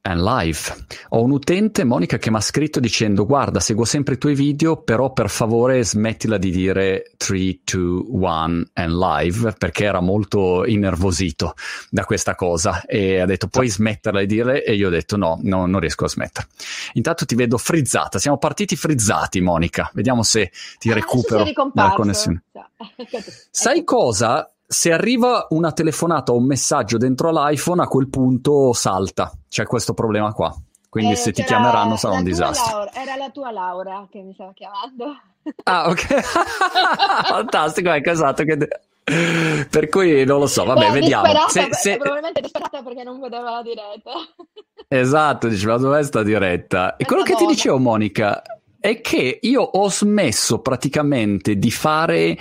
and live. Ho un utente, Monica, che mi ha scritto dicendo: guarda, seguo sempre i tuoi video, però per favore smettila di dire 3, 2, 1 and live, perché era molto innervosito da questa cosa e ha detto puoi smetterla di dire, e io ho detto no, non riesco a smettere. Intanto ti vedo frizzata, siamo partiti frizzati, Monica, vediamo se ti recupero la connessione. Sai cosa? Se arriva una telefonata o un messaggio dentro l'iPhone, a quel punto salta. C'è questo problema qua. Quindi se ti chiameranno sarà un disastro. Era la tua Laura che mi stava chiamando. Ah, ok. Fantastico, ecco, esatto. Per cui non lo so, vabbè, vediamo. Probabilmente disperata perché non vedeva la diretta. Esatto, diceva dov'è sta diretta. E quello che ti dicevo, Monica, è che io ho smesso praticamente di fare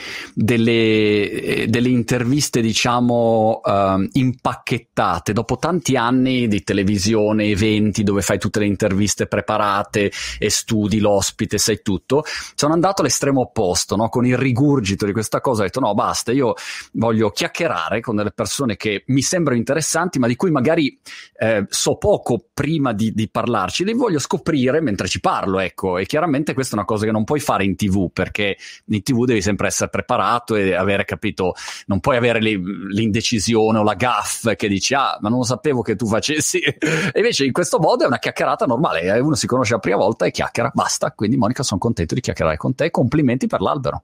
delle interviste, diciamo, impacchettate. Dopo tanti anni di televisione, eventi dove fai tutte le interviste preparate e studi l'ospite, sai tutto, sono andato all'estremo opposto, no? Con il rigurgito di questa cosa ho detto no, basta, io voglio chiacchierare con delle persone che mi sembrano interessanti, ma di cui magari so poco prima di parlarci, li voglio scoprire mentre ci parlo, ecco, e chiaramente questa è una cosa che non puoi fare in TV, perché in TV devi sempre essere preparato e avere capito, non puoi avere l'indecisione o la gaffe che dici ma non lo sapevo che tu facessi, e invece in questo modo è una chiacchierata normale, uno si conosce la prima volta e chiacchiera, basta. Quindi Monica, sono contento di chiacchierare con te, complimenti per l'albero.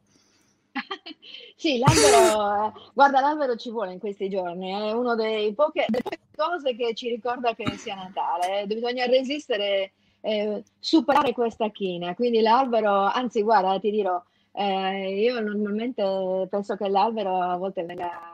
Sì, l'albero, guarda, l'albero ci vuole in questi giorni, è una delle poche cose che ci ricorda che sia Natale, bisogna resistere, superare questa china, quindi l'albero, anzi guarda, ti dirò, io normalmente penso che l'albero a volte venga,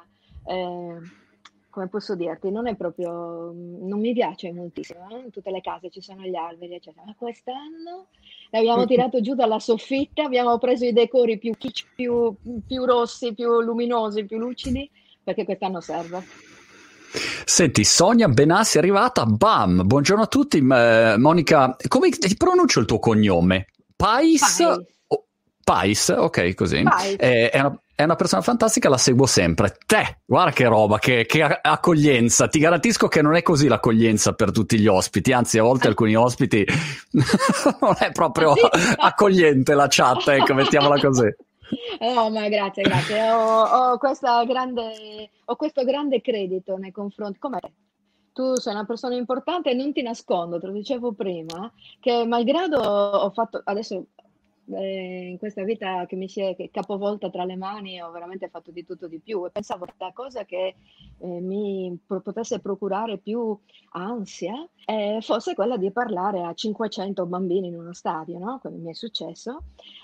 come posso dirti, non è proprio, non mi piace moltissimo, in tutte le case ci sono gli alberi, eccetera, ma quest'anno l'abbiamo tirato giù dalla soffitta, abbiamo preso i decori più kitsch, più rossi, più luminosi, più lucidi, perché quest'anno serve. Senti, Sonia Benassi è arrivata, bam, buongiorno a tutti. Monica, come ti pronuncio il tuo cognome? Pais? Pais, ok, così. Pais. È una persona fantastica, la seguo sempre. Te, guarda che roba, che accoglienza. Ti garantisco che non è così l'accoglienza per tutti gli ospiti, anzi a volte alcuni ospiti non è proprio accogliente la chat, ecco, mettiamola così. No, ma grazie. Ho questo grande credito nei confronti. Come tu sei una persona importante e non ti nascondo, te lo dicevo prima, che malgrado ho fatto adesso in questa vita che mi si è capovolta tra le mani, ho veramente fatto di tutto di più e pensavo che la cosa che mi potesse procurare più ansia fosse quella di parlare a 500 bambini in uno stadio, no? Come mi è successo.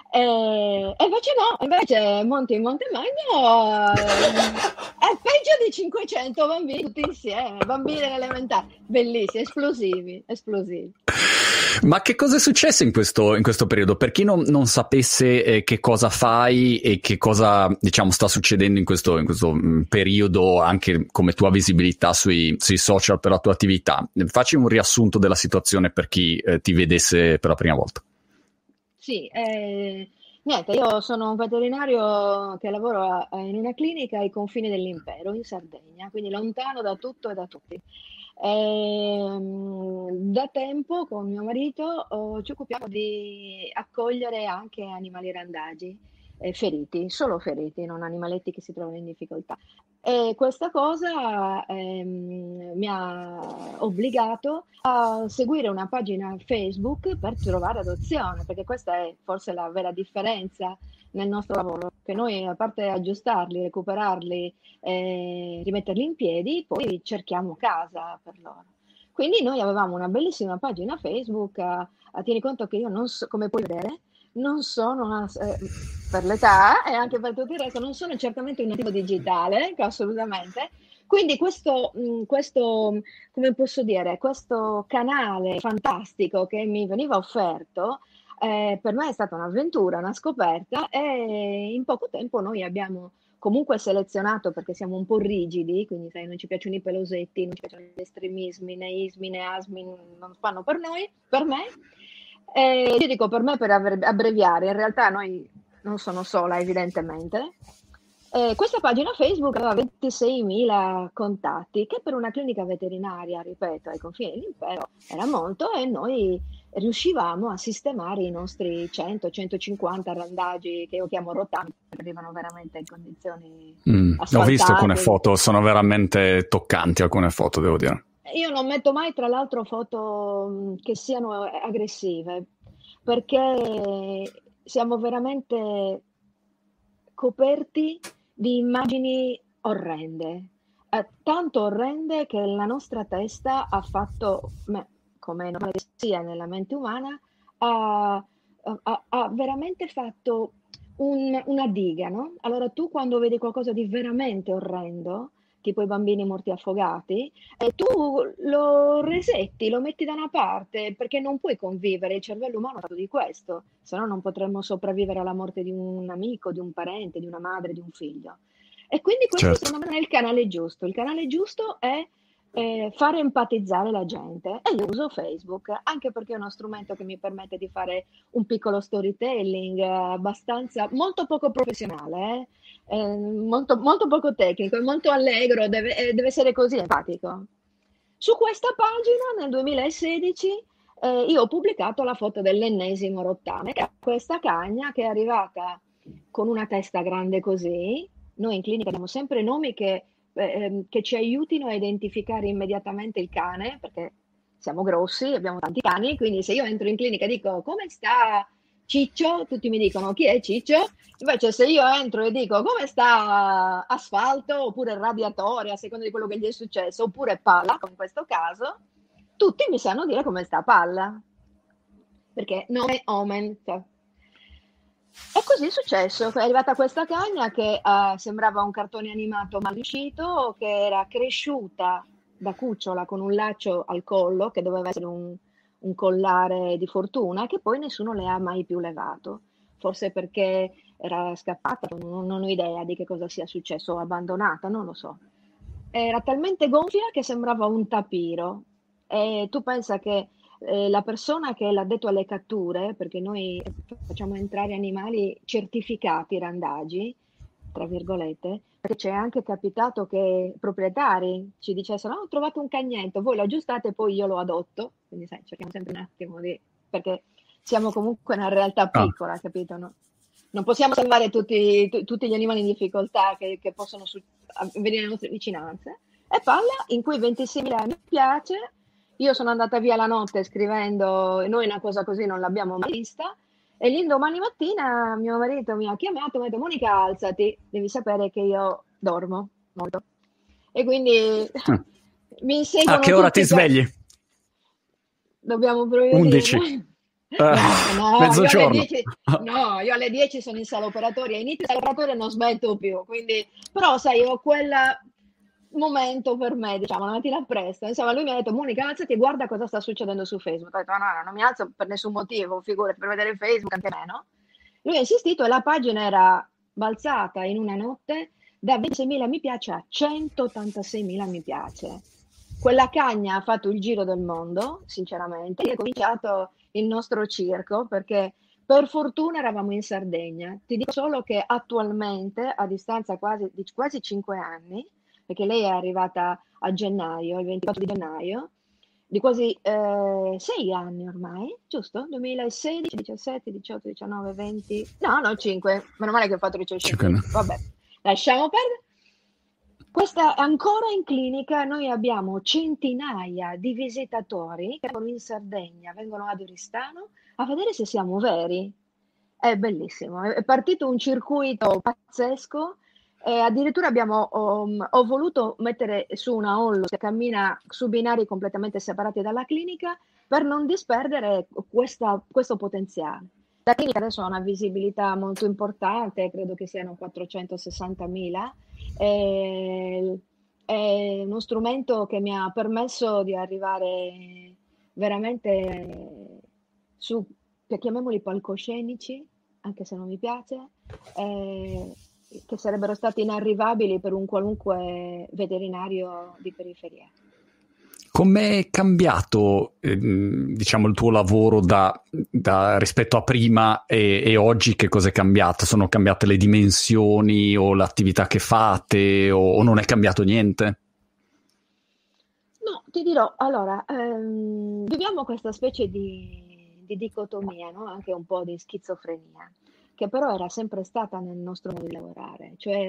E invece Monte Magno è peggio di 500 bambini tutti insieme, bambini elementari, bellissimi, esplosivi. Ma che cosa è successo in questo periodo? Per chi non sapesse che cosa fai e che cosa, diciamo, sta succedendo in questo periodo, anche come tua visibilità sui social per la tua attività, facci un riassunto della situazione per chi ti vedesse per la prima volta. Sì, niente, io sono un veterinario che lavora in una clinica ai confini dell'impero, in Sardegna, quindi lontano da tutto e da tutti. Da tempo con mio marito ci occupiamo di accogliere anche animali randagi, solo feriti, non animaletti che si trovano in difficoltà. E questa cosa mi ha obbligato a seguire una pagina Facebook per trovare adozione, perché questa è forse la vera differenza nel nostro lavoro, che noi a parte aggiustarli, recuperarli, rimetterli in piedi, poi cerchiamo casa per loro. Quindi noi avevamo una bellissima pagina Facebook, tieni conto che io non so, come puoi vedere, non sono per l'età e anche per tutto il resto, non sono certamente un nativo digitale, assolutamente. Quindi questo, come posso dire, questo canale fantastico che mi veniva offerto, per me è stata un'avventura, una scoperta, e in poco tempo noi abbiamo comunque selezionato, perché siamo un po' rigidi, quindi sai, non ci piacciono i pelosetti, non ci piacciono gli estremismi, né ismi né asmi, non fanno per me. Io dico per me per abbreviare, in realtà noi non sono sola evidentemente, Questa pagina Facebook aveva 26.000 contatti, che per una clinica veterinaria, ripeto, ai confini dell'impero era molto, e noi riuscivamo a sistemare i nostri 100-150 randagi, che io chiamo rotanti, perché arrivano veramente in condizioni Ho visto alcune asfaltate. foto, sono veramente toccanti alcune foto, devo dire. Io non metto mai, tra l'altro, foto che siano aggressive, perché siamo veramente coperti di immagini orrende, tanto orrende che la nostra testa ha fatto, come è normale che sia nella mente umana, ha veramente fatto una diga, no? Allora tu, quando vedi qualcosa di veramente orrendo, tipo i bambini morti affogati, tu lo resetti, lo metti da una parte, perché non puoi convivere. Il cervello umano è fatto di questo, se no non potremmo sopravvivere alla morte di un amico, di un parente, di una madre, di un figlio. E quindi questo, Certo. secondo me, è il canale giusto. Il canale giusto è fare empatizzare la gente, e io uso Facebook anche perché è uno strumento che mi permette di fare un piccolo storytelling abbastanza, molto poco professionale, molto, molto poco tecnico, è molto allegro, deve essere così empatico. Su questa pagina nel 2016 io ho pubblicato la foto dell'ennesimo rottame, che è questa cagna che è arrivata con una testa grande così. Noi in clinica abbiamo sempre nomi che ci aiutino a identificare immediatamente il cane, perché siamo grossi, abbiamo tanti cani, quindi se io entro in clinica e dico come sta Ciccio, tutti mi dicono chi è Ciccio. Invece se io entro e dico come sta Asfalto, oppure Radiatore, a seconda di quello che gli è successo, oppure Palla, come in questo caso, tutti mi sanno dire come sta Palla, perché nome omen, cioè. E così è successo, è arrivata questa cagna che sembrava un cartone animato mal riuscito, che era cresciuta da cucciola con un laccio al collo, che doveva essere un collare di fortuna, che poi nessuno le ha mai più levato. Forse perché era scappata, non ho idea di che cosa sia successo, o abbandonata, non lo so. Era talmente gonfia che sembrava un tapiro. E tu pensa che la persona che è l'addetto alle catture, perché noi facciamo entrare animali certificati randagi, tra virgolette, perché c'è anche capitato che proprietari ci dicessero: "Ah, ho trovato un cagnetto, voi lo aggiustate e poi io lo adotto." Quindi sai, cerchiamo sempre un attimo di, perché siamo comunque una realtà Ah, piccola, capito? No? Non possiamo salvare tutti gli animali in difficoltà che possono venire nelle nostre vicinanze. E Palla, in cui 26.000 mi piace, io sono andata via la notte scrivendo, noi una cosa così non l'abbiamo mai vista, e l'indomani mattina mio marito mi ha chiamato e mi ha detto: Monica, alzati, devi sapere che io dormo molto. E quindi ah. mi A inseguono che ora ti tutti. svegli? Dobbiamo proprio 11. dirlo. No, no, io alle Mezzogiorno. 10, no, io alle 10 sono in sala operatoria, inizio in sala operatoria e non smetto più, quindi, però sai, ho quel momento per me, diciamo, la mattina presto, insomma, lui mi ha detto: Monica, alzati e guarda cosa sta succedendo su Facebook. Ho detto: no, no, non mi alzo per nessun motivo, figurati, per vedere Facebook, anche meno. Lui ha insistito e la pagina era balzata in una notte da 26.000 mi piace a 186.000 mi piace. Quella cagna ha fatto il giro del mondo, sinceramente, e è cominciato il nostro circo, perché per fortuna eravamo in Sardegna. Ti dico solo che attualmente, a distanza di quasi 5 anni, perché lei è arrivata a gennaio, il 24 di gennaio, di quasi 6 anni ormai, giusto? 2016, 17, 18, 19, 20, no, no, 5, meno male che ho fatto il liceo Chicken. scientifico, vabbè, lasciamo perdere. Questa ancora in clinica, noi abbiamo centinaia di visitatori che vengono in Sardegna, vengono ad Oristano a vedere se siamo veri. È bellissimo, è partito un circuito pazzesco. Addirittura ho voluto mettere su una Onlus che cammina su binari completamente separati dalla clinica per non disperdere questo potenziale. La clinica adesso ha una visibilità molto importante, credo che siano 460.000. È, è uno strumento che mi ha permesso di arrivare veramente su, chiamiamoli palcoscenici, anche se non mi piace, eh, che sarebbero stati inarrivabili per un qualunque veterinario di periferia. Com'è cambiato, diciamo, il tuo lavoro rispetto a prima e oggi? Che cosa è cambiato? Sono cambiate le dimensioni o l'attività che fate o non è cambiato niente? No, ti dirò, allora, viviamo questa specie di dicotomia, no? Anche un po' di schizofrenia, che però era sempre stata nel nostro modo di lavorare, cioè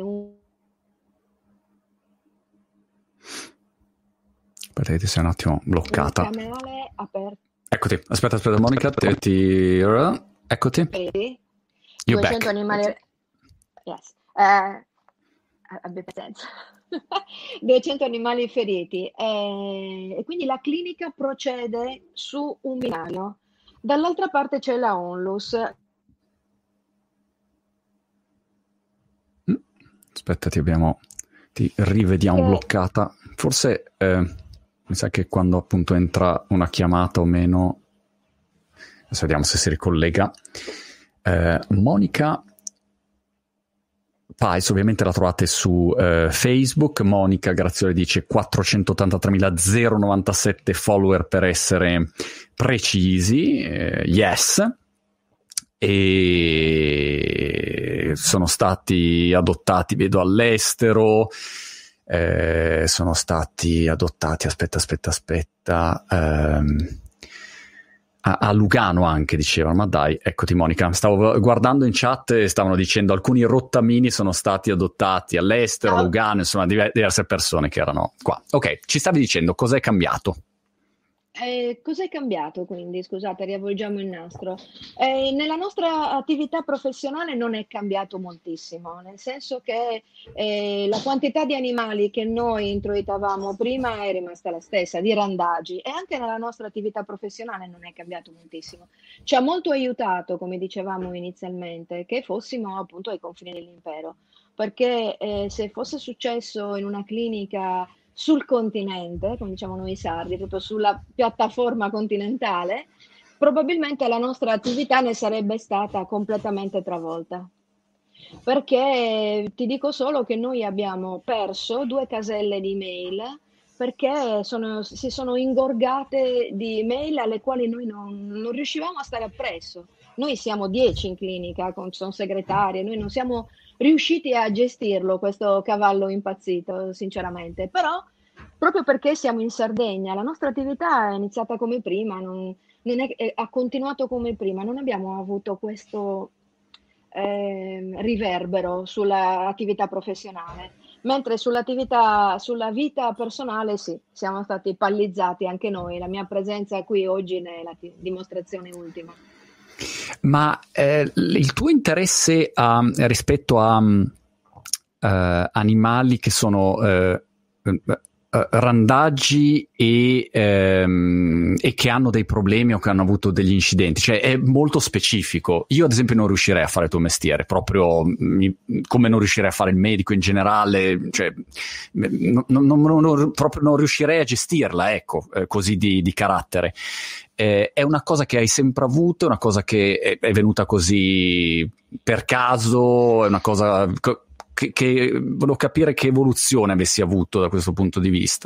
Aspetta, ti sei un attimo un bloccata. canale aperto. Eccoti, aspetta, Monica, eccoti. Vedi? You're 200 back. animali. Yes. Abbi pazienza. 200 animali feriti. E quindi la clinica procede su un binario. Dall'altra parte c'è la ONLUS. Aspetta, ti rivediamo bloccata. Forse mi sa che quando appunto entra una chiamata o meno, adesso vediamo se si ricollega. Monica Pais, ovviamente la trovate su Facebook. Monica Grazioli dice 483.097 follower per essere precisi. Yes. E sono stati adottati, vedo, all'estero, sono stati adottati, aspetta, a Lugano anche, dicevano. Ma dai, eccoti Monica, stavo guardando in chat e stavano dicendo alcuni rottamini sono stati adottati all'estero, a Lugano, insomma diverse persone che erano qua. Ok, ci stavi dicendo cos'è cambiato? Cos'è cambiato quindi? Scusate, riavvolgiamo il nastro. Nella nostra attività professionale non è cambiato moltissimo, nel senso che la quantità di animali che noi introitavamo prima è rimasta la stessa, di randagi, e anche nella nostra attività professionale non è cambiato moltissimo. Ci ha molto aiutato, come dicevamo inizialmente, che fossimo appunto ai confini dell'impero, perché se fosse successo in una clinica sul continente, come diciamo noi sardi, proprio sulla piattaforma continentale, probabilmente la nostra attività ne sarebbe stata completamente travolta. Perché ti dico solo che noi abbiamo perso 2 caselle di mail perché si sono ingorgate di mail alle quali noi non riuscivamo a stare appresso. Noi siamo 10 in clinica, sono segretarie, noi non siamo riusciti a gestirlo questo cavallo impazzito, sinceramente. Però, proprio perché siamo in Sardegna, la nostra attività è iniziata come prima, ha continuato come prima, non abbiamo avuto questo riverbero sull'attività professionale. Mentre sulla vita personale sì, siamo stati pallizzati anche noi. La mia presenza qui oggi ne è la dimostrazione ultima. Ma il tuo interesse rispetto a animali che sono randagi e che hanno dei problemi o che hanno avuto degli incidenti, cioè è molto specifico. Io ad esempio non riuscirei a fare il tuo mestiere, proprio come non riuscirei a fare il medico in generale, cioè proprio non riuscirei a gestirla, ecco, così di carattere. È una cosa che hai sempre avuto, è una cosa che è venuta così per caso, è una cosa che volevo capire che evoluzione avessi avuto da questo punto di vista.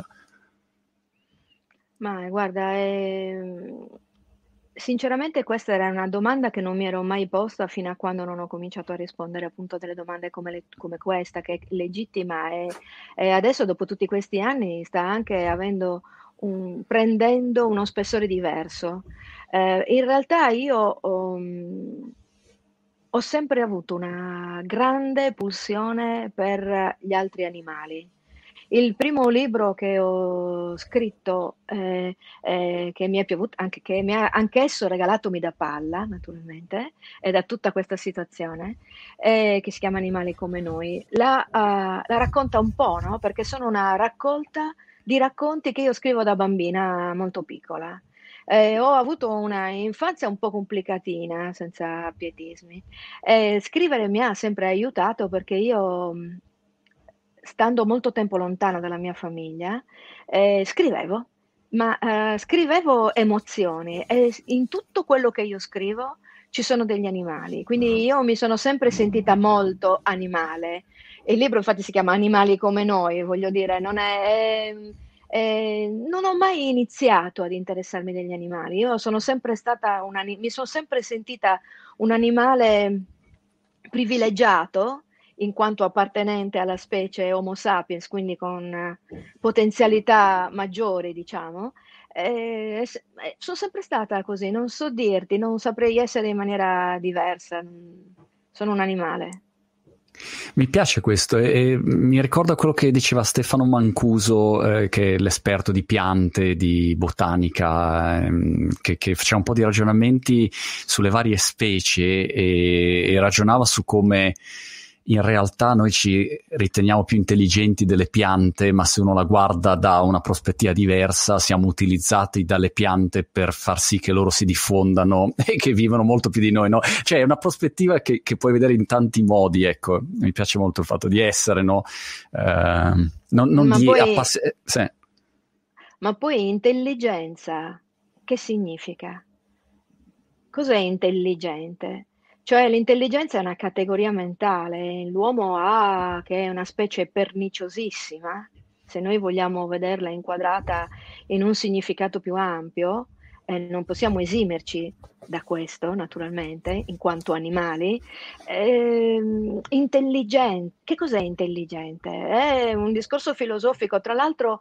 Ma guarda, sinceramente questa era una domanda che non mi ero mai posta fino a quando non ho cominciato a rispondere appunto a delle domande come questa, che è legittima, e adesso dopo tutti questi anni sta anche prendendo uno spessore diverso. In realtà io ho sempre avuto una grande pulsione per gli altri animali. Il primo libro che ho scritto, che mi è piaciuto, che mi ha anch'esso regalato mi dà palla, naturalmente, e da tutta questa situazione, che si chiama Animali come noi, la racconta un po', no? Perché sono una raccolta di racconti che io scrivo da bambina molto piccola. Ho avuto una infanzia un po' complicatina, senza pietismi. Scrivere mi ha sempre aiutato perché io, stando molto tempo lontana dalla mia famiglia, scrivevo, ma scrivevo emozioni, e in tutto quello che io scrivo ci sono degli animali, quindi io mi sono sempre sentita molto animale. Il libro infatti si chiama Animali come noi, voglio dire, non è Non ho mai iniziato ad interessarmi degli animali. Io sono sempre stata mi sono sempre sentita un animale privilegiato in quanto appartenente alla specie Homo sapiens, quindi con potenzialità maggiori, diciamo. Sono sempre stata così, non so dirti, non saprei essere in maniera diversa. Sono un animale. Mi piace questo e mi ricorda quello che diceva Stefano Mancuso, che è l'esperto di piante, di botanica, che faceva un po' di ragionamenti sulle varie specie e ragionava su come in realtà noi ci riteniamo più intelligenti delle piante, ma se uno la guarda da una prospettiva diversa, siamo utilizzati dalle piante per far sì che loro si diffondano e che vivono molto più di noi, no? Cioè è una prospettiva che puoi vedere in tanti modi, ecco. Mi piace molto il fatto di essere, no? Non Ma di poi, sì. ma poi intelligenza, che significa? Cos'è intelligente? Cioè l'intelligenza è una categoria mentale, l'uomo ha, che è una specie perniciosissima, se noi vogliamo vederla inquadrata in un significato più ampio, non possiamo esimerci da questo, naturalmente, in quanto animali. Intelligente, che cos'è intelligente? È un discorso filosofico, tra l'altro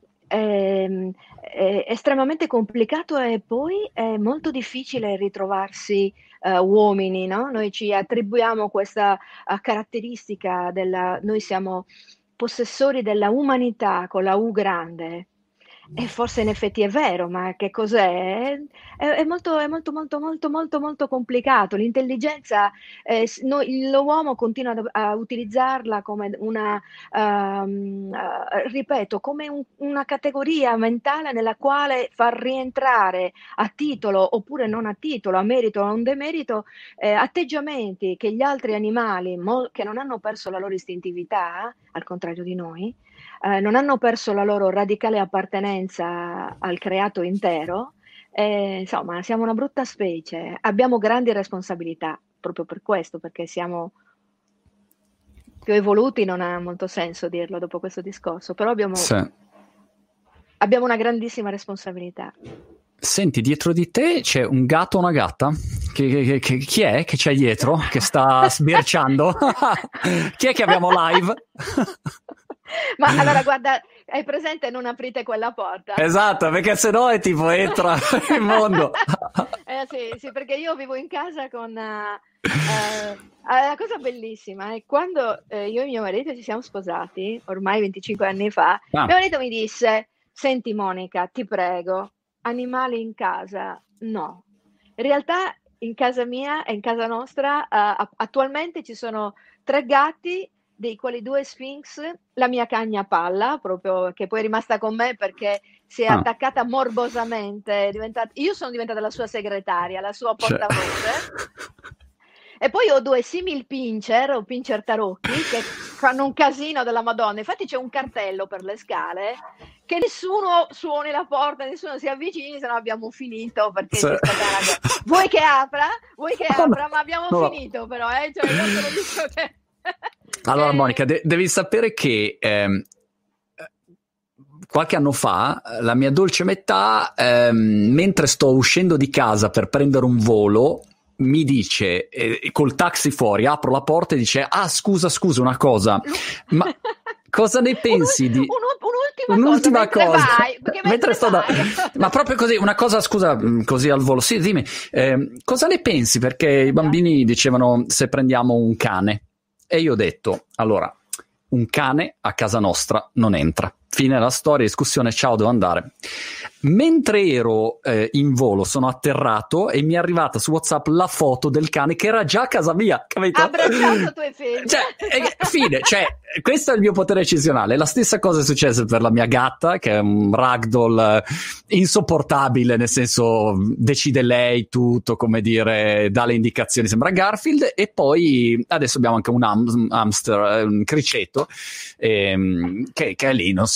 è estremamente complicato e poi è molto difficile ritrovarsi uomini, no? Noi ci attribuiamo questa caratteristica noi siamo possessori della umanità con la U grande. E forse in effetti è vero, ma che cos'è? È molto, è molto, molto, molto, molto, molto complicato. L'intelligenza, l'uomo continua a utilizzarla come ripeto, come una categoria mentale nella quale far rientrare a titolo oppure non a titolo, a merito o a non demerito, atteggiamenti che gli altri animali che non hanno perso la loro istintività, al contrario di noi, non hanno perso la loro radicale appartenenza al creato intero. Insomma, siamo una brutta specie, abbiamo grandi responsabilità proprio per questo, perché siamo più evoluti, non ha molto senso dirlo dopo questo discorso, però Sì. abbiamo una grandissima responsabilità. Senti, dietro di te c'è un gatto o una gatta? Chi è che c'è dietro? Che sta sbirciando? Chi è che abbiamo live? Ma allora guarda, hai presente non aprite quella porta? Esatto, perché sennò è tipo entra il mondo. Sì, perché io vivo in casa con una cosa bellissima è quando io e mio marito ci siamo sposati, ormai 25 anni fa, mio marito mi disse: senti Monica, ti prego, animali in casa? No. In realtà in casa mia e in casa nostra attualmente ci sono 3 gatti, dei quali 2 Sphinx, la mia cagna Palla, proprio, che poi è rimasta con me perché si è attaccata morbosamente, io sono diventata la sua segretaria, la sua portavoce. E poi ho 2 simil pincher o pincher tarocchi che fanno un casino della Madonna. Infatti c'è un cartello per le scale che nessuno suoni la porta, nessuno si avvicini, se no abbiamo finito perché sì. Vuoi che apra, ma abbiamo finito però, cioè, io te lo dico che... Allora Monica, devi sapere che qualche anno fa la mia dolce metà, mentre sto uscendo di casa per prendere un volo, mi dice, col taxi fuori, apro la porta e dice: ah scusa una cosa, ma cosa ne pensi di... Un'ultima cosa. Mentre sto ma proprio così, una cosa, scusa, così al volo. Sì, dimmi, cosa ne pensi? Perché i bambini dicevano se prendiamo un cane. E io ho detto, allora, un cane a casa nostra non entra. Fine della storia, discussione, ciao, devo andare. Mentre ero in volo, sono atterrato e mi è arrivata su WhatsApp la foto del cane che era già a casa mia, capito? Abbracciato i tuoi figli. Fine, questo è il mio potere decisionale. La stessa cosa è successa per la mia gatta, che è un ragdoll insopportabile, nel senso decide lei tutto, come dire, dà le indicazioni, sembra Garfield, e poi adesso abbiamo anche un hamster, un criceto, che è lì, non so,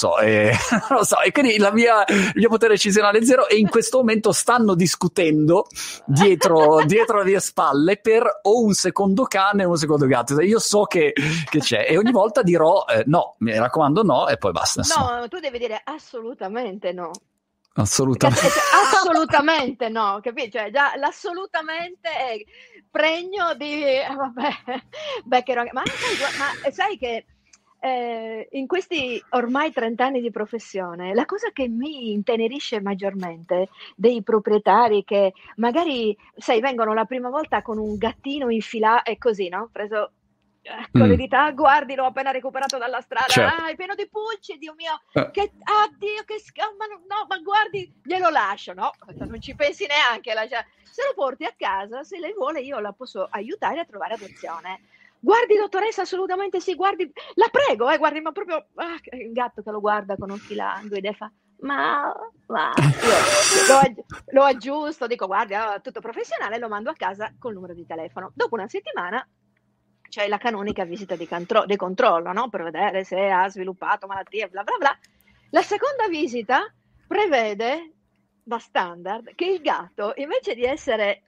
so, non lo so, e quindi il mio potere decisionale è zero, e in questo momento stanno discutendo dietro le mie spalle per o un secondo cane o un secondo gatto. Io so che c'è, e ogni volta dirò no, mi raccomando no, e poi basta. No, tu devi dire assolutamente no. Assolutamente. Assolutamente no, capisci? Cioè, già l'assolutamente è pregno di vabbè, ma sai che in questi ormai 30 anni di professione, la cosa che mi intenerisce maggiormente dei proprietari che magari, sai, vengono la prima volta con un gattino infilato e così, no? Preso con le dita, guardi, l'ho appena recuperato dalla strada, certo. è pieno di pulci, Dio mio, che addio, che ma guardi, glielo lascio, no? Non ci pensi neanche, se lo porti a casa, se lei vuole io la posso aiutare a trovare adozione. Guardi, dottoressa, assolutamente sì, guardi, la prego, guardi, ma proprio il gatto che lo guarda con occhi languidi e fa ma io lo aggiusto, dico guardi, tutto professionale, lo mando a casa col numero di telefono. Dopo una settimana c'è la canonica visita di controllo, no? Per vedere se ha sviluppato malattie, bla bla bla. La seconda visita prevede, da standard, che il gatto, invece di essere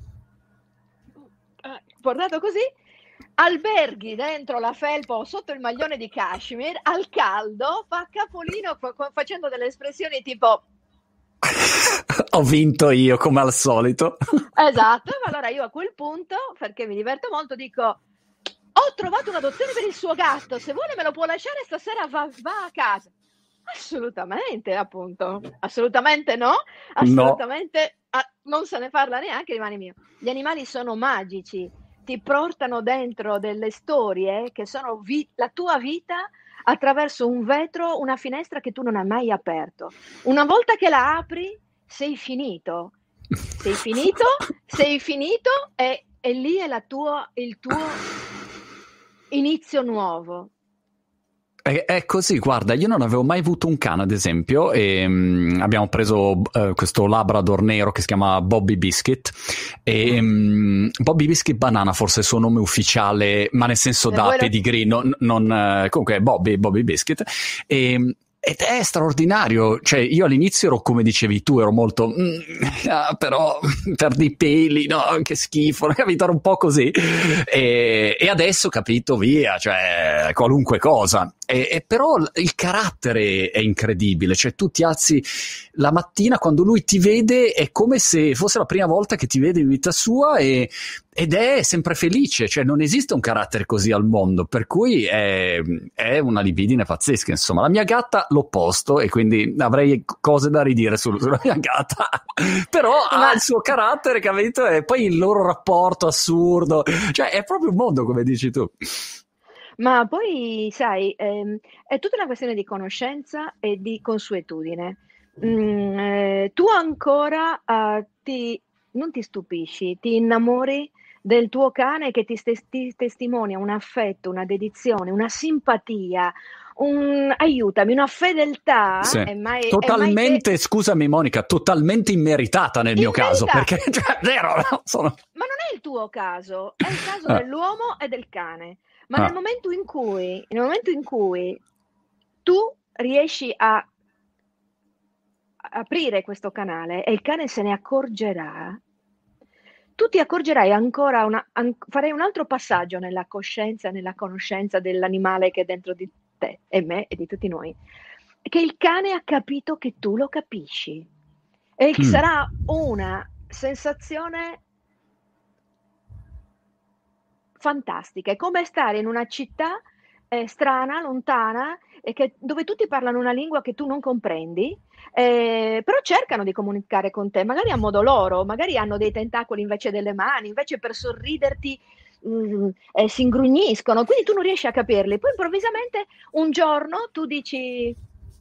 portato così, alberghi dentro la felpa o sotto il maglione di cashmere, al caldo, fa capolino facendo delle espressioni tipo ho vinto io, come al solito. Esatto, ma allora io a quel punto, perché mi diverto molto, dico ho trovato un'adozione per il suo gatto, se vuole me lo può lasciare stasera, va a casa. Assolutamente, appunto, assolutamente no, assolutamente non se ne parla neanche, rimane mio. Gli animali sono magici, ti portano dentro delle storie che sono la tua vita attraverso un vetro, una finestra che tu non hai mai aperto. Una volta che la apri, sei finito e lì è il tuo inizio nuovo. È così, guarda, io non avevo mai avuto un cane, ad esempio, e abbiamo preso questo Labrador nero che si chiama Bobby Biscuit, e Bobby Biscuit Banana forse è il suo nome ufficiale, ma nel senso da pedigree, comunque Bobby Biscuit, ed è straordinario, cioè io all'inizio ero come dicevi tu, ero molto però perdi i peli, no, che schifo, capito, ero un po' così, e adesso capito, via, cioè qualunque cosa, e però il carattere è incredibile, cioè tu ti alzi la mattina quando lui ti vede, è come se fosse la prima volta che ti vede in vita sua, ed è sempre felice, cioè non esiste un carattere così al mondo, per cui è una libidine pazzesca, insomma. La mia gatta l'opposto, e quindi avrei cose da ridire sulla mia gatta, però ha il suo carattere, capito? E poi il loro rapporto assurdo, cioè è proprio un mondo, come dici tu. Ma poi, sai, è tutta una questione di conoscenza e di consuetudine. Tu ancora non ti stupisci, ti innamori del tuo cane che ti testimonia un affetto, una dedizione, una simpatia, aiutami, una fedeltà. Sì. Totalmente, scusami Monica, totalmente immeritata nel mio caso, perché zero. Ma non è il tuo caso, è il caso dell'uomo e del cane. Ma nel momento in cui tu riesci a aprire questo canale e il cane se ne accorgerà, tu ti accorgerai ancora, farei un altro passaggio nella coscienza, nella conoscenza dell'animale che è dentro di te e me e di tutti noi, che il cane ha capito che tu lo capisci, e sarà una sensazione fantastica. È come stare in una città strana, lontana, dove tutti parlano una lingua che tu non comprendi, però cercano di comunicare con te, magari a modo loro, magari hanno dei tentacoli invece delle mani, invece per sorriderti si ingrugniscono, quindi tu non riesci a capirli. Poi improvvisamente un giorno tu dici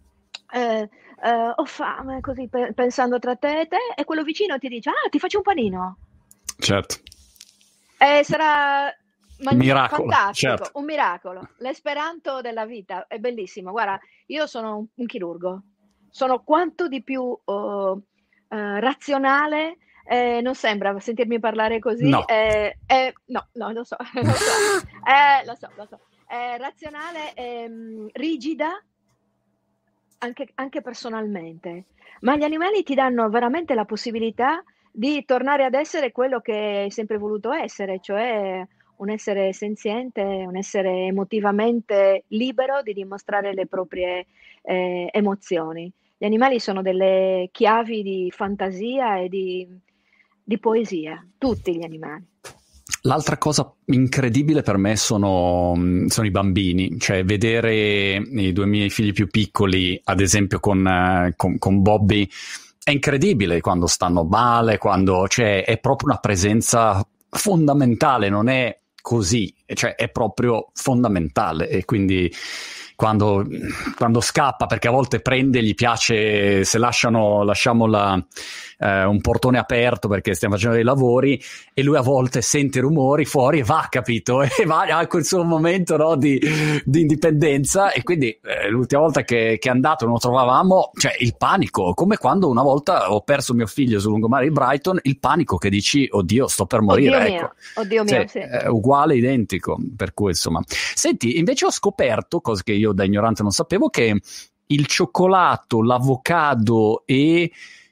ho fame, così pensando tra te e te, e quello vicino ti dice ti faccio un panino. Certo. Sarà miracolo, fantastico, certo. Un miracolo. L'esperanto della vita è bellissimo. Guarda, io sono un chirurgo, sono quanto di più razionale, non sembra sentirmi parlare così. No, no, lo so, lo so. Razionale, rigida, anche personalmente, ma gli animali ti danno veramente la possibilità di tornare ad essere quello che hai sempre voluto essere, cioè un essere senziente, un essere emotivamente libero di dimostrare le proprie emozioni. Gli animali sono delle chiavi di fantasia e di poesia, tutti gli animali. L'altra cosa incredibile per me sono i bambini, cioè vedere i due miei figli più piccoli, ad esempio con Bobby, è incredibile quando stanno male, cioè, è proprio una presenza fondamentale, non è così, cioè è proprio fondamentale, e quindi quando scappa, perché a volte prende, gli piace, se lasciamo un portone aperto perché stiamo facendo dei lavori, e lui a volte sente rumori fuori e va, capito? E va a quel suo momento, no, di indipendenza, e quindi l'ultima volta che è andato non lo trovavamo, cioè il panico, come quando una volta ho perso mio figlio sul lungomare di Brighton, il panico che dici, oddio, sto per morire, Oddio mio, sì. Uguale, identico, per cui insomma. Senti, invece ho scoperto, cosa che io da ignorante non sapevo, che il cioccolato, l'avocado e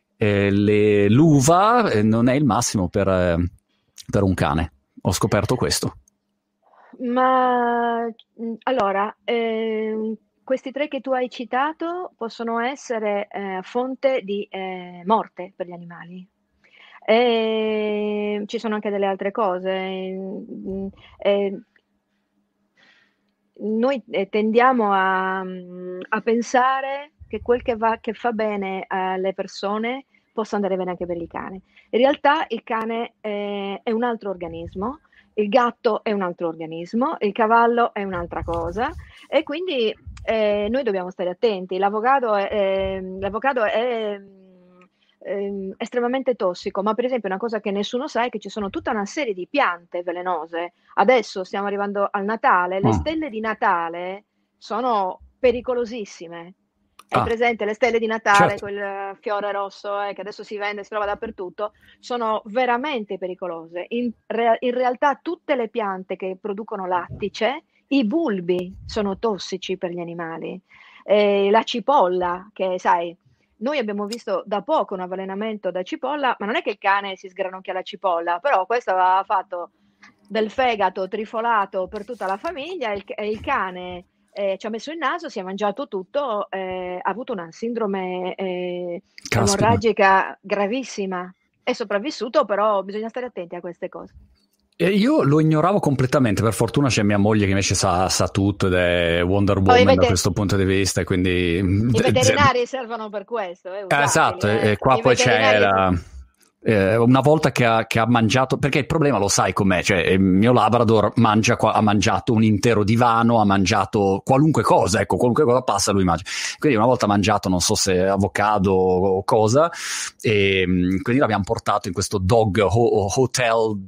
l'uva non è il massimo per un cane. Ho scoperto questo. Ma allora, questi tre che tu hai citato possono essere fonte di morte per gli animali. Ci sono anche delle altre cose. Noi tendiamo a pensare che quel che fa bene alle persone possa andare bene anche per il cane. In realtà il cane è un altro organismo, il gatto è un altro organismo, il cavallo è un'altra cosa, e quindi noi dobbiamo stare attenti. L'avocado è estremamente tossico, ma per esempio una cosa che nessuno sa è che ci sono tutta una serie di piante velenose. Adesso stiamo arrivando al Natale, le stelle di Natale sono pericolosissime. Hai presente le stelle di Natale, certo, quel fiore rosso che adesso si vende, si trova dappertutto? Sono veramente pericolose. In realtà tutte le piante che producono lattice, i bulbi sono tossici per gli animali. La cipolla, che sai, noi abbiamo visto da poco un avvelenamento da cipolla, ma non è che il cane si sgranocchia la cipolla, però questo aveva fatto del fegato trifolato per tutta la famiglia, e il cane ci ha messo il naso, si è mangiato tutto, ha avuto una sindrome emorragica gravissima. È sopravvissuto, però bisogna stare attenti a queste cose. Io lo ignoravo completamente, per fortuna c'è mia moglie che invece sa tutto ed è Wonder Woman da questo punto di vista, e quindi i veterinari servono per questo, esatto, e qua poi c'è una volta che ha mangiato, perché il problema lo sai com'è, cioè il mio Labrador ha mangiato un intero divano, ha mangiato qualunque cosa, ecco, qualunque cosa passa lui mangia, quindi una volta ha mangiato, non so se avocado o cosa, e quindi l'abbiamo portato in questo hotel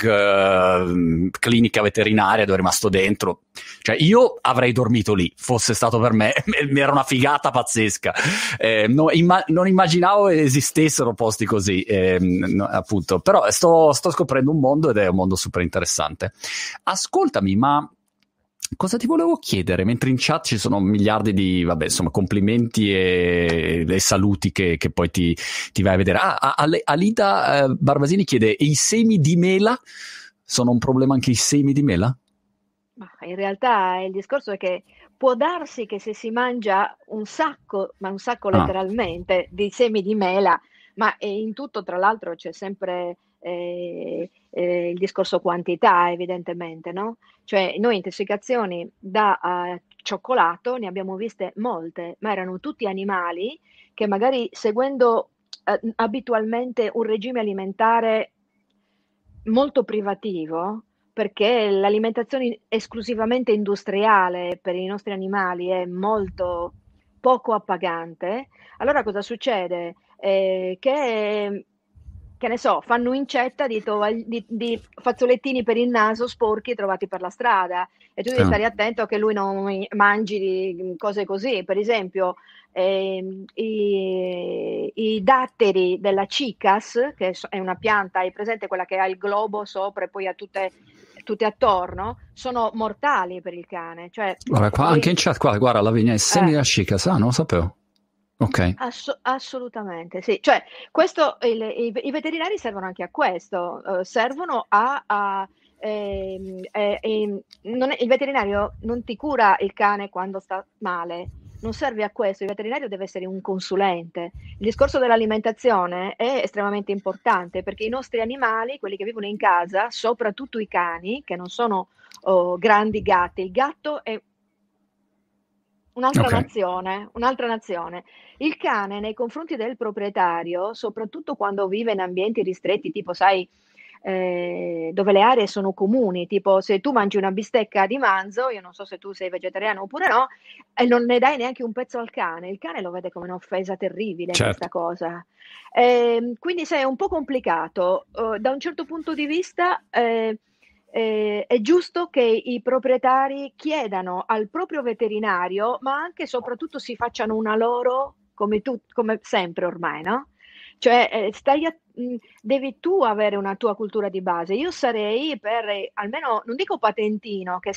dog clinica veterinaria, dove è rimasto dentro. Cioè io avrei dormito lì, fosse stato per me, era una figata pazzesca, non immaginavo esistessero posti così, no, appunto, però sto scoprendo un mondo, ed è un mondo super interessante. Ascoltami, ma cosa ti volevo chiedere? Mentre in chat ci sono miliardi di, vabbè, insomma, complimenti e saluti che poi ti vai a vedere. Alida Barbasini chiede: e i semi di mela? Sono un problema anche i semi di mela? Ma in realtà il discorso è che può darsi che se si mangia un sacco, ma un sacco letteralmente, di semi di mela, ma in tutto tra l'altro c'è sempre il discorso quantità, evidentemente, no? Cioè noi intossicazioni da cioccolato ne abbiamo viste molte, ma erano tutti animali che magari seguendo abitualmente un regime alimentare molto privativo, perché l'alimentazione esclusivamente industriale per i nostri animali è molto poco appagante. Allora cosa succede? Che ne so, fanno incetta di fazzolettini per il naso sporchi trovati per la strada, e tu devi stare attento che lui non mangi cose così. Per esempio i datteri della cicas, che è una pianta, hai presente quella che ha il globo sopra e poi ha tutte attorno, sono mortali per il cane. Cioè, Guarda, qua, anche in chat, qua, guarda, la vigna è semi da cicas, non lo sapevo. Ok. Assolutamente, sì. Cioè, i veterinari servono anche a questo, servono il veterinario non ti cura il cane quando sta male, non serve a questo, il veterinario deve essere un consulente. Il discorso dell'alimentazione è estremamente importante perché i nostri animali, quelli che vivono in casa, soprattutto i cani, che non sono grandi gatti, il gatto è un'altra Ok. nazione, un'altra nazione. Il cane nei confronti del proprietario, soprattutto quando vive in ambienti ristretti, tipo, sai, dove le aree sono comuni, tipo se tu mangi una bistecca di manzo, io non so se tu sei vegetariano oppure no, e non ne dai neanche un pezzo al cane, il cane lo vede come un'offesa terribile Certo. questa cosa. Quindi sai, è un po' complicato. Da un certo punto di vista, è giusto che i proprietari chiedano al proprio veterinario, ma anche e soprattutto si facciano una loro, come sempre ormai, no? Cioè, devi tu avere una tua cultura di base. Io sarei per almeno, non dico patentino, che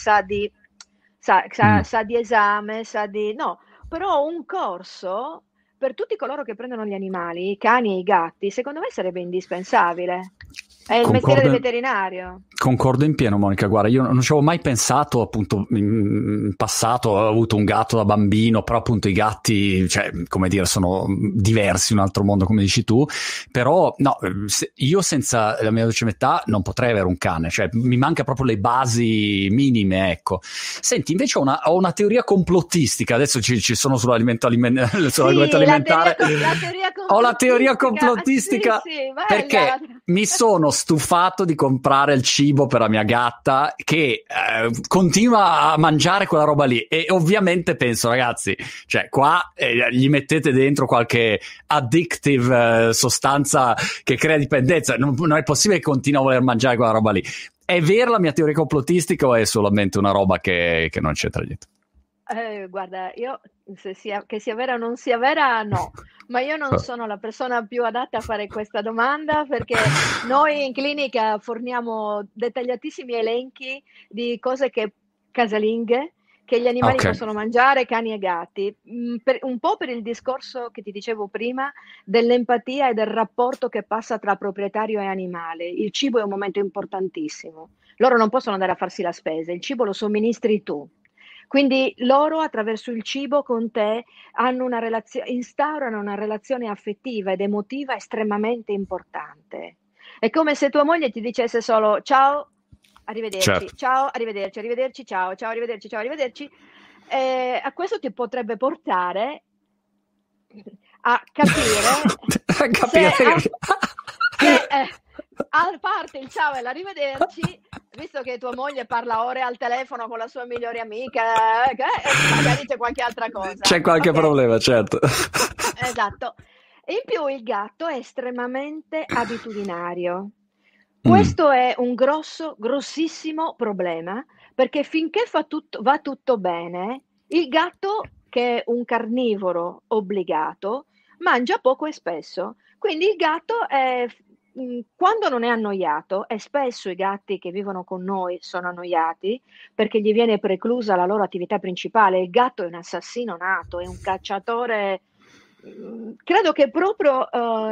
Mm. sa di esame, no, però un corso per tutti coloro che prendono gli animali, i cani e i gatti, secondo me sarebbe indispensabile. È il mestiere del Concordo, veterinario. concordo in pieno, Monica. Guarda, io non ci avevo mai pensato, appunto, in passato ho avuto un gatto da bambino, però appunto i gatti, cioè, come dire, sono diversi, un altro mondo, come dici tu. Però, no, io senza la mia dolce metà non potrei avere un cane, cioè mi manca proprio le basi minime, ecco. Senti, invece ho una teoria complottistica, adesso ci sono sull'alimento Sì, alimentare. la teoria Ho la teoria complottistica. Sì, complottistica sì, bella. perché mi sono stufato di comprare il cibo per la mia gatta che continua a mangiare quella roba lì e ovviamente penso, ragazzi, cioè qua gli mettete dentro qualche addictive sostanza che crea dipendenza, non è possibile che continua a voler mangiare quella roba lì. È vera la mia teoria complottistica o è solamente una roba che non c'entra niente? Guarda, io che sia vera o non sia vera, no, ma io non Oh. sono la persona più adatta a fare questa domanda perché noi in clinica forniamo dettagliatissimi elenchi di cose casalinghe che gli animali Ok. possono mangiare, cani e gatti, un po' per il discorso che ti dicevo prima dell'empatia e del rapporto che passa tra proprietario e animale. Il cibo è un momento importantissimo. Loro non possono andare a farsi la spesa, il cibo lo somministri tu. Quindi loro attraverso il cibo con te instaurano una relazione affettiva ed emotiva estremamente importante. È come se tua moglie ti dicesse solo ciao, arrivederci, Certo. ciao, arrivederci, arrivederci, ciao, ciao, arrivederci, ciao, arrivederci. A questo ti potrebbe portare a capire se, Capire a, che... se a parte il ciao e l'arrivederci, visto che tua moglie parla ore al telefono con la sua migliore amica, magari c'è qualche altra cosa, C'è qualche ok? problema, certo. Esatto. E in più il gatto è estremamente abitudinario. Mm. Questo è un grossissimo problema, perché finché va tutto bene, il gatto, che è un carnivoro obbligato, mangia poco e spesso. Quindi il gatto quando non è annoiato, e spesso i gatti che vivono con noi sono annoiati perché gli viene preclusa la loro attività principale. Il gatto è un assassino nato, è un cacciatore. Credo che proprio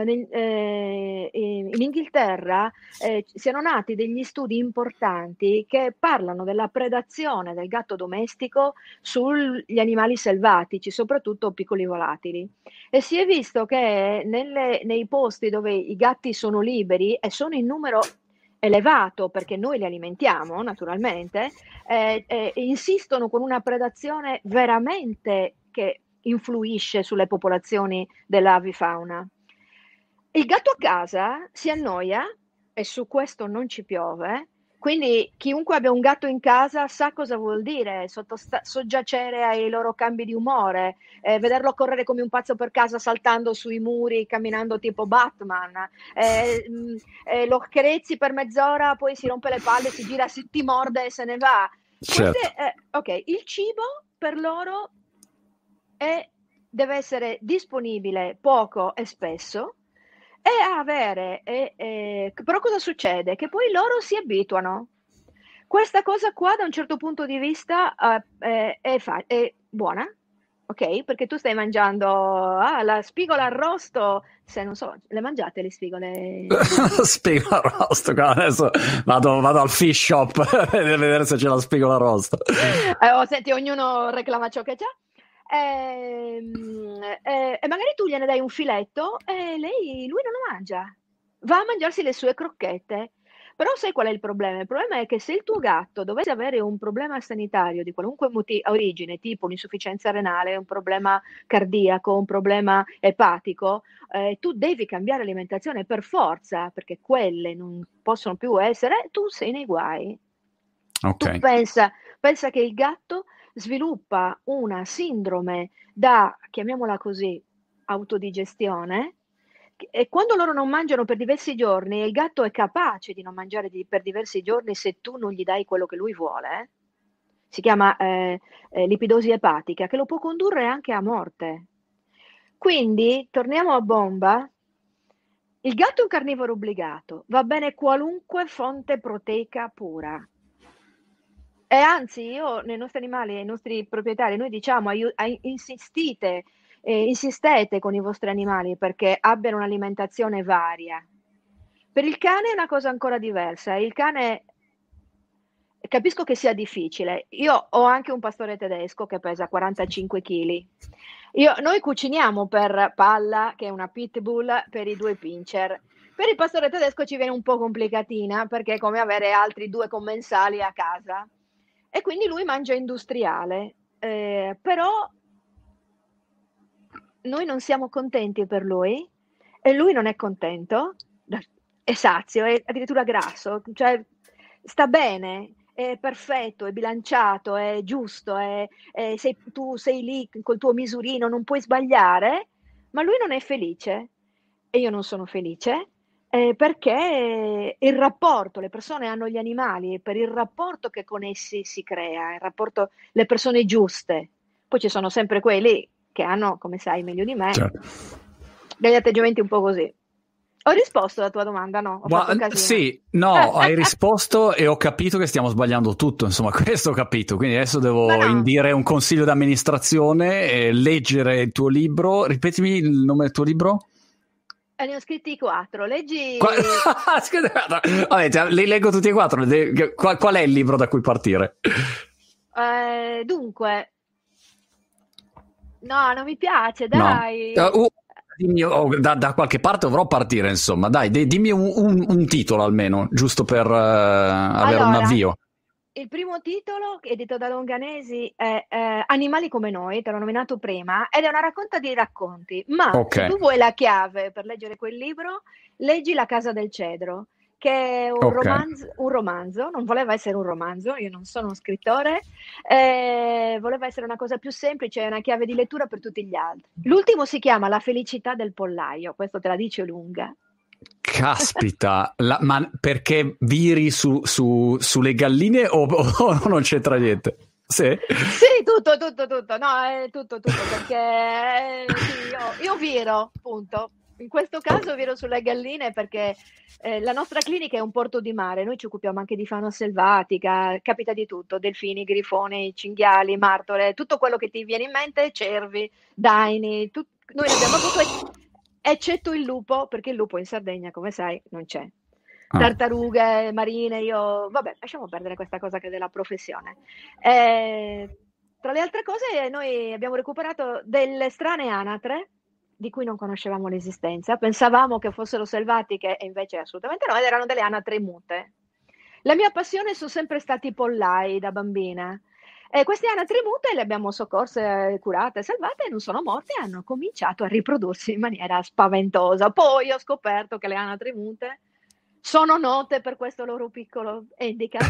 in Inghilterra siano nati degli studi importanti che parlano della predazione del gatto domestico sugli animali selvatici, soprattutto piccoli volatili. E si è visto che nei posti dove i gatti sono liberi e sono in numero elevato, perché noi li alimentiamo naturalmente, insistono con una predazione veramente che influisce sulle popolazioni dell'avifauna. Il gatto a casa si annoia e su questo non ci piove, quindi chiunque abbia un gatto in casa sa cosa vuol dire soggiacere ai loro cambi di umore, vederlo correre come un pazzo per casa saltando sui muri, camminando tipo Batman, lo accarezzi per mezz'ora, poi si rompe le palle, si gira, ti morde e se ne va. Certo. Ok, il cibo per loro deve essere disponibile poco e spesso e però cosa succede? Che poi loro si abituano. Questa cosa qua da un certo punto di vista è buona, ok? Perché tu stai mangiando la spigola arrosto, se non so, le mangiate le spigole lunghe? Spigola rosto, adesso vado al fish shop per vedere se c'è la spigola rosto. Senti, ognuno reclama ciò che c'ha. E magari tu gliene dai un filetto e lui non lo mangia, va a mangiarsi le sue crocchette. Però sai qual è il problema? Il problema è che se il tuo gatto dovesse avere un problema sanitario di qualunque origine, tipo un'insufficienza renale, un problema cardiaco, un problema epatico, tu devi cambiare alimentazione per forza, perché quelle non possono più essere, tu sei nei guai. Tu Ok. pensa che il gatto sviluppa una sindrome da, chiamiamola così, autodigestione, e quando loro non mangiano per diversi giorni, e il gatto è capace di non mangiare per diversi giorni se tu non gli dai quello che lui vuole, si chiama lipidosi epatica, che lo può condurre anche a morte. Quindi, torniamo a bomba, il gatto è un carnivoro obbligato, va bene qualunque fonte proteica pura. E anzi, io nei nostri animali, ai nostri proprietari, noi diciamo insistete con i vostri animali perché abbiano un'alimentazione varia. Per il cane è una cosa ancora diversa. Il cane, capisco che sia difficile. Io ho anche un pastore tedesco che pesa 45 kg. Noi cuciniamo per Palla, che è una pitbull, per i due pincher. Per il pastore tedesco ci viene un po' complicatina perché è come avere altri due commensali a casa. E quindi lui mangia industriale, però noi non siamo contenti per lui e lui non è contento, è sazio, è addirittura grasso, cioè sta bene, è perfetto, è bilanciato, è giusto, tu sei lì col tuo misurino, non puoi sbagliare, ma lui non è felice e io non sono felice. Perché il rapporto, le persone hanno gli animali per il rapporto che con essi si crea, le persone giuste. Poi ci sono sempre quelli che hanno, come sai meglio di me, Certo. degli atteggiamenti un po' così. Ho risposto alla tua domanda, no? Ho fatto un casino. Sì, no, hai risposto e ho capito che stiamo sbagliando tutto, insomma, questo ho capito, quindi adesso devo no. indire un consiglio d'amministrazione, leggere il tuo libro, ripetimi il nome del tuo libro? Ne ho scritti 4, leggi... Vabbè, li leggo tutti e 4, qual è il libro da cui partire? Dunque... No, non mi piace, dai. No. Dimmi, da qualche parte dovrò partire, insomma. Dai, dimmi un titolo almeno, giusto per avere un avvio. Il primo titolo, edito da Longanesi, è Animali come noi, te l'ho nominato prima, ed è una raccolta di racconti. Ma se tu vuoi la chiave per leggere quel libro, leggi La casa del cedro, che è un romanzo, non voleva essere un romanzo, io non sono uno scrittore, voleva essere una cosa più semplice, una chiave di lettura per tutti gli altri. L'ultimo si chiama La felicità del pollaio, questo te la dice lunga. Caspita, ma perché viri sulle galline o non c'entra niente? Sì, tutto, no, è tutto, perché sì, io viro, appunto. In questo caso viro sulle galline perché la nostra clinica è un porto di mare, noi ci occupiamo anche di fauna selvatica, capita di tutto, delfini, grifoni, cinghiali, martore, tutto quello che ti viene in mente, cervi, daini, noi ne abbiamo avuto, eccetto il lupo, perché il lupo in Sardegna, come sai, non c'è. Tartarughe marine, vabbè, lasciamo perdere questa cosa che è della professione. Tra le altre cose noi abbiamo recuperato delle strane anatre di cui non conoscevamo l'esistenza, pensavamo che fossero selvatiche e invece assolutamente no, ed erano delle anatre mute. La mia passione sono sempre stati i pollai da bambina. Queste anatre mute le abbiamo soccorse, curate, salvate e non sono morte e hanno cominciato a riprodursi in maniera spaventosa. Poi ho scoperto che le anatre mute sono note per questo loro piccolo handicap.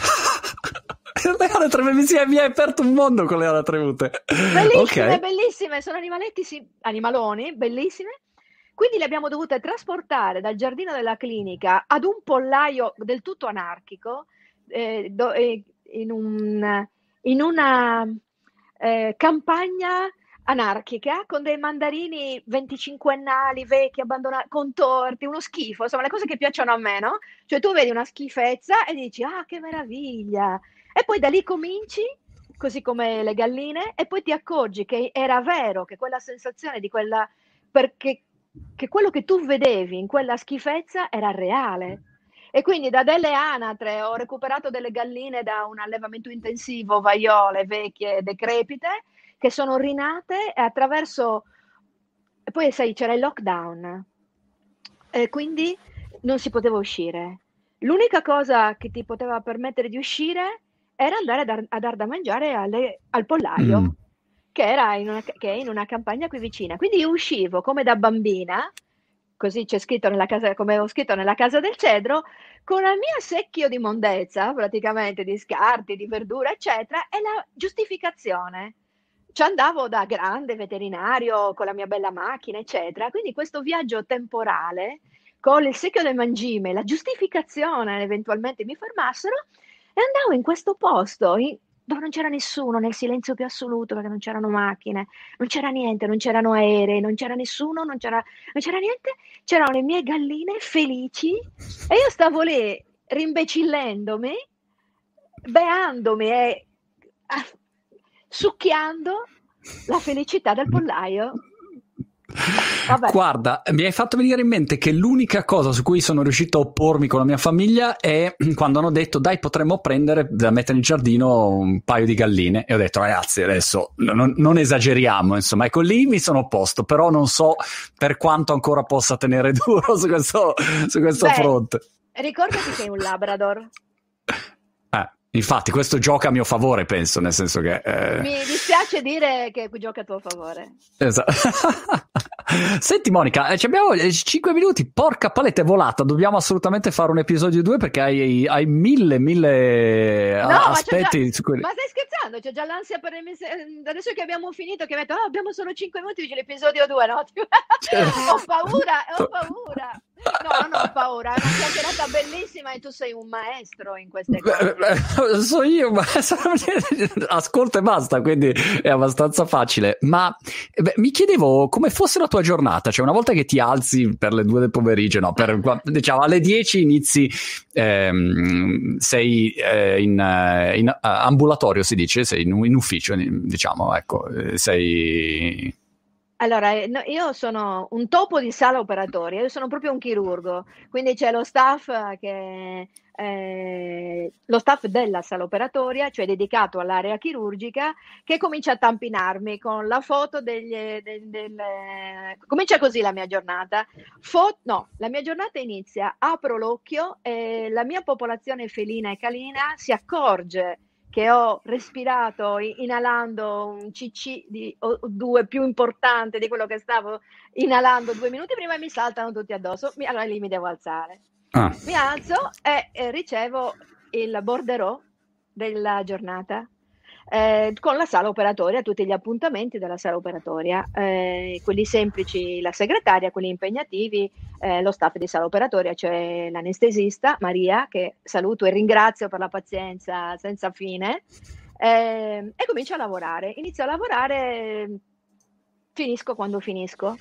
Mi hai aperto un mondo con le anatre mute. Bellissime, bellissime, sono animaloni, bellissime. Quindi le abbiamo dovute trasportare dal giardino della clinica ad un pollaio del tutto anarchico, in una campagna anarchica con dei mandarini 25ennali, vecchi, abbandonati, contorti, uno schifo, insomma le cose che piacciono a me, no? Cioè tu vedi una schifezza e dici, ah che meraviglia! E poi da lì cominci così come le galline, e poi ti accorgi che era vero, che quella sensazione di quella, perché che quello che tu vedevi in quella schifezza era reale. E quindi da delle anatre ho recuperato delle galline da un allevamento intensivo, vaiole vecchie, decrepite, che sono rinate e attraverso... E poi sai, c'era il lockdown, e quindi non si poteva uscire. L'unica cosa che ti poteva permettere di uscire era andare a dar da mangiare al pollaio, che è in una campagna qui vicina. Quindi io uscivo come da bambina, così c'è scritto nella casa, come ho scritto nella Casa del Cedro, con il mio secchio di mondezza, praticamente di scarti, di verdura, eccetera, e la giustificazione. Ci andavo da grande veterinario con la mia bella macchina, eccetera. Quindi questo viaggio temporale con il secchio del mangime, la giustificazione, eventualmente mi fermassero, e andavo in questo posto dove non c'era nessuno, nel silenzio più assoluto, perché non c'erano macchine, non c'era niente, non c'erano aerei, non c'era nessuno, non c'era niente, c'erano le mie galline felici e io stavo lì rimbecillendomi, beandomi e succhiando la felicità del pollaio. Vabbè. Guarda, mi hai fatto venire in mente che l'unica cosa su cui sono riuscito a oppormi con la mia famiglia è quando hanno detto dai, potremmo prendere da mettere in giardino un paio di galline, e ho detto ragazzi adesso non esageriamo, insomma, ecco, lì mi sono opposto, però non so per quanto ancora possa tenere duro su questo fronte. Ricordati che è un Labrador. Infatti questo gioca a mio favore, penso, nel senso che... Mi dispiace dire che gioca a tuo favore. Esatto. Senti Monica, abbiamo 5 minuti, porca paletta, è volata, dobbiamo assolutamente fare un episodio 2 perché hai mille aspetti. Ma stai scherzando? C'è già l'ansia per adesso che abbiamo finito, che metto, abbiamo solo 5 minuti, dice l'episodio 2, no? Ho paura. No, non ho paura, è una chiacchierata bellissima e tu sei un maestro in queste cose. So io, ma ascolta e basta, quindi è abbastanza facile. Ma mi chiedevo come fosse la tua giornata, cioè una volta che ti alzi per le 2 del pomeriggio, no, diciamo alle 10 inizi, sei in ambulatorio, si dice, sei in ufficio, diciamo, ecco, sei... Allora, io sono un topo di sala operatoria, io sono proprio un chirurgo, quindi c'è lo staff lo staff della sala operatoria, cioè dedicato all'area chirurgica, che comincia a tampinarmi con la foto comincia così la mia giornata. La mia giornata inizia, apro l'occhio e la mia popolazione felina e canina si accorge che ho respirato inalando un CC di O2 più importante di quello che stavo inalando 2 minuti prima, e mi saltano tutti addosso. Allora lì mi devo alzare. Mi alzo e ricevo il bordereau della giornata con la sala operatoria, tutti gli appuntamenti della sala operatoria, quelli semplici la segretaria, quelli impegnativi lo staff di sala operatoria, cioè l'anestesista Maria, che saluto e ringrazio per la pazienza senza fine, e comincio a lavorare. Inizio a lavorare, finisco quando finisco.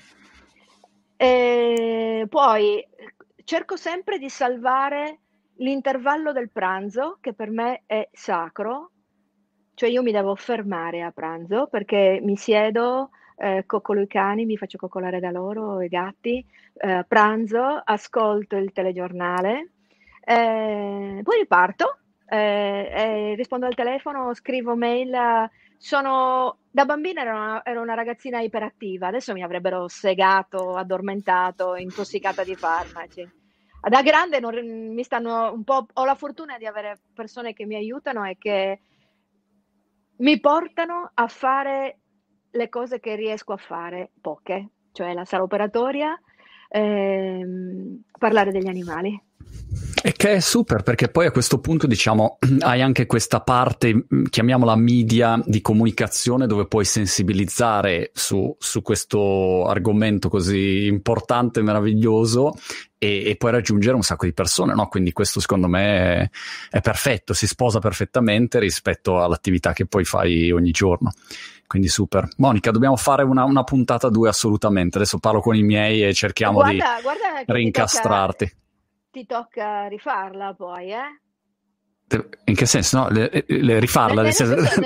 Poi cerco sempre di salvare l'intervallo del pranzo, che per me è sacro. Cioè io mi devo fermare a pranzo perché mi siedo, coccolo i cani, mi faccio coccolare da loro, i gatti, pranzo, ascolto il telegiornale, poi riparto, rispondo al telefono, scrivo mail. Da bambina ero una ragazzina iperattiva, adesso mi avrebbero segato, addormentato, intossicata di farmaci. Da grande mi stanno un po', ho la fortuna di avere persone che mi aiutano e che mi portano a fare le cose che riesco a fare poche, cioè la sala operatoria, parlare degli animali. E che è super, perché poi a questo punto, diciamo, hai anche questa parte, chiamiamola media, di comunicazione, dove puoi sensibilizzare su questo argomento così importante e meraviglioso, e puoi raggiungere un sacco di persone, no? Quindi questo secondo me è perfetto, si sposa perfettamente rispetto all'attività che poi fai ogni giorno. Quindi super. Monica, dobbiamo fare una puntata 2 assolutamente. Adesso parlo con i miei e cerchiamo di rincastrarti. Ti tocca rifarla poi, In che senso? No? Le rifarla?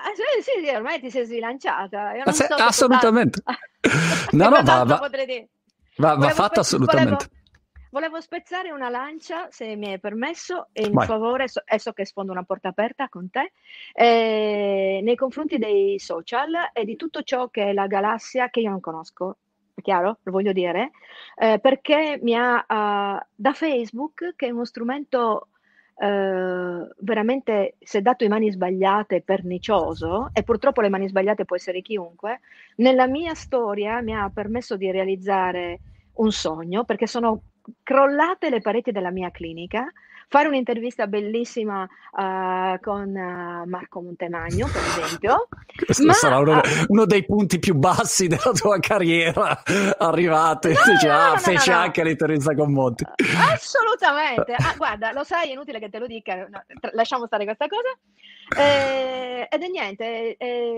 sì, sì, ormai ti sei sbilanciata. Io non so che Assolutamente. No, potrei dire. va fatta assolutamente. Volevo spezzare una lancia, se mi è permesso, in Vai. favore, e so che sfondo una porta aperta con te, nei confronti dei social e di tutto ciò che è la galassia che io non conosco, è chiaro? Lo voglio dire, perché da Facebook, che è uno strumento veramente, se dato in mani sbagliate, pernicioso, e purtroppo le mani sbagliate può essere chiunque, nella mia storia mi ha permesso di realizzare un sogno, perché sono crollate le pareti della mia clinica, fare un'intervista bellissima con Marco Montemagno, per esempio. Questo sarà uno dei punti più bassi della tua carriera, arrivato e dici, fece anche l'intervista con Monti. Assolutamente. Guarda, lo sai, è inutile che te lo dica, lasciamo stare questa cosa. Ed è niente,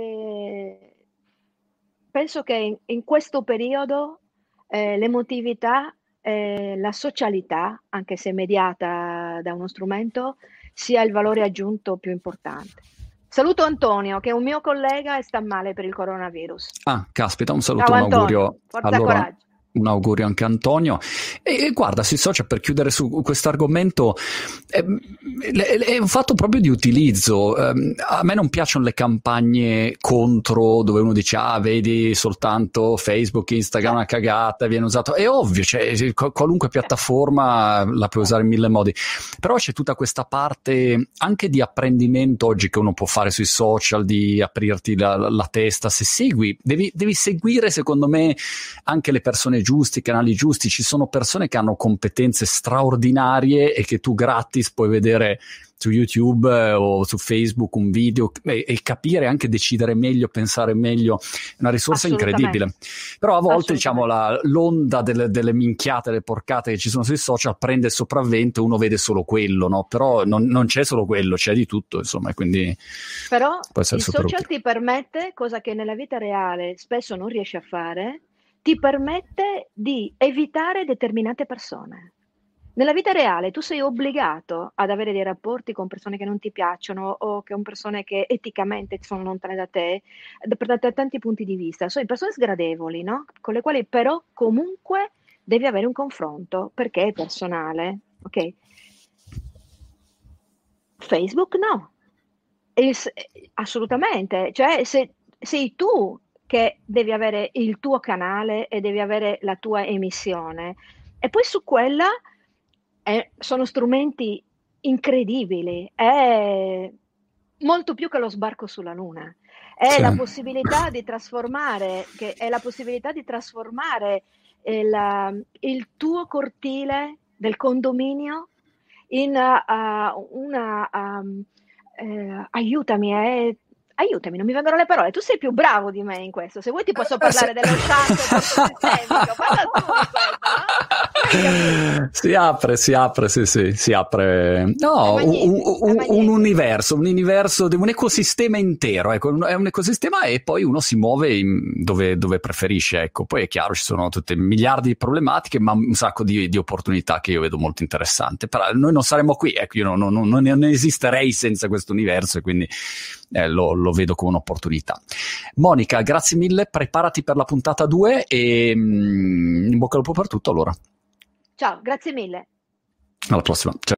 penso che in questo periodo l'emotività, la socialità, anche se mediata da uno strumento, sia il valore aggiunto più importante. Saluto Antonio, che è un mio collega e sta male per il coronavirus. Caspita, un saluto, ciao, un Antonio. augurio. Forza, coraggio. Un augurio anche a Antonio. E guarda, sui social, per chiudere su questo argomento, è un fatto proprio di utilizzo. A me non piacciono le campagne contro, dove uno dice vedi soltanto Facebook, Instagram, una cagata, viene usato. È ovvio, cioè, qualunque piattaforma la puoi usare in mille modi, però c'è tutta questa parte anche di apprendimento oggi che uno può fare sui social, di aprirti la testa. Se segui, devi seguire, secondo me, anche le persone giusti, i canali giusti. Ci sono persone che hanno competenze straordinarie e che tu gratis puoi vedere su YouTube o su Facebook un video e capire, anche decidere meglio, pensare meglio. È una risorsa incredibile. Però a volte, diciamo, l'onda delle minchiate, delle porcate che ci sono sui social prende il sopravvento e uno vede solo quello, no? Però non c'è solo quello, c'è di tutto, insomma, quindi però può essere il social ti permette, cosa che nella vita reale spesso non riesci a fare, ti permette di evitare determinate persone. Nella vita reale tu sei obbligato ad avere dei rapporti con persone che non ti piacciono o con persone che eticamente sono lontane da te, da tanti punti di vista. Sono persone sgradevoli, no? Con le quali però comunque devi avere un confronto, perché è personale, ok? Facebook no. Assolutamente. Cioè, sei tu che devi avere il tuo canale e devi avere la tua emissione, e poi su quella sono strumenti incredibili, è molto più che lo sbarco sulla Luna, è la possibilità di trasformare, il tuo cortile del condominio in aiutami, non mi vengono le parole. Tu sei più bravo di me in questo. Se vuoi ti posso parlare dello shanto sistemico. Parla tu di questo, no? Si apre, sì, si apre. No, un universo, un ecosistema intero. Ecco, è un ecosistema e poi uno si muove dove preferisce. Ecco, poi è chiaro, ci sono tutte miliardi di problematiche, ma un sacco di opportunità che io vedo molto interessanti. Però noi non saremmo qui, ecco, io non esisterei senza questo universo, e quindi lo vedo come un'opportunità. Monica, grazie mille, preparati per la puntata 2 e in bocca al lupo per tutto allora. Ciao, grazie mille. Alla prossima. Ciao.